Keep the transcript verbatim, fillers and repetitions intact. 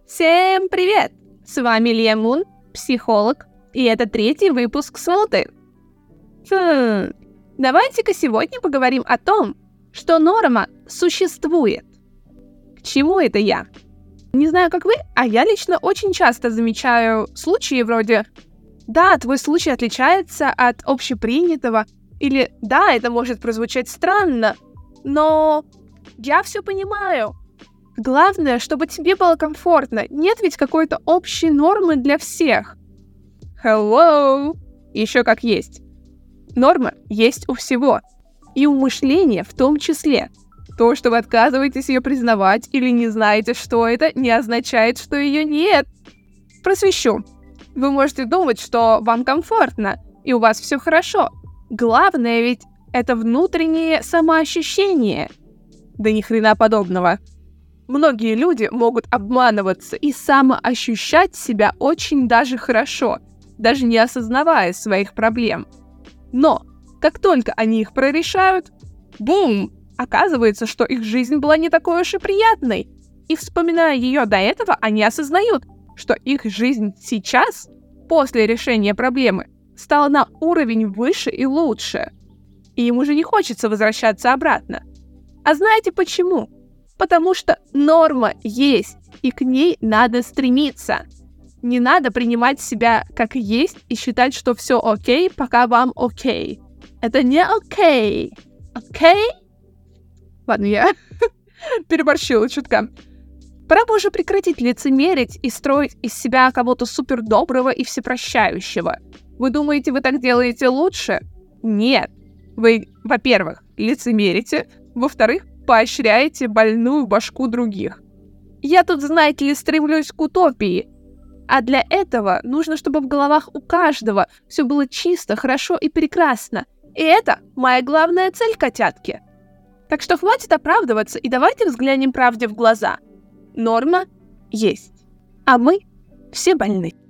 Всем привет! С вами Лия Мун, психолог, и это третий выпуск Смолты. Хм, давайте-ка сегодня поговорим о том, что норма существует. К чему это я? Не знаю, как вы, а я лично очень часто замечаю случаи вроде «Да, твой случай отличается от общепринятого», или «Да, это может прозвучать странно, но я все понимаю». Главное, чтобы тебе было комфортно. Нет ведь какой-то общей нормы для всех. Hello! Еще как есть. Норма есть у всего. И у мышления в том числе. То, что вы отказываетесь ее признавать или не знаете, что это, не означает, что ее нет. Просвещу. Вы можете думать, что вам комфортно, и у вас все хорошо. Главное ведь это внутреннее самоощущение. Да ни хрена подобного. Многие люди могут обманываться и самоощущать себя очень даже хорошо, даже не осознавая своих проблем. Но как только они их прорешают, бум! Оказывается, что их жизнь была не такой уж и приятной. И вспоминая ее до этого, они осознают, что их жизнь сейчас, после решения проблемы, стала на уровень выше и лучше. И им уже не хочется возвращаться обратно. А знаете почему? Потому что норма есть, и к ней надо стремиться. Не надо принимать себя как есть и считать, что все окей, пока вам окей. Это не окей. Окей? Ладно, я переборщила чутка. Пора бы уже прекратить лицемерить и строить из себя кого-то супердоброго и всепрощающего. Вы думаете, вы так делаете лучше? Нет. Вы, во-первых, лицемерите, во-вторых, поощряете больную башку других. Я тут, знаете ли, стремлюсь к утопии. А для этого нужно, чтобы в головах у каждого все было чисто, хорошо и прекрасно. И это моя главная цель, котятки. Так что хватит оправдываться и давайте взглянем правде в глаза. Норма есть, а мы все больны.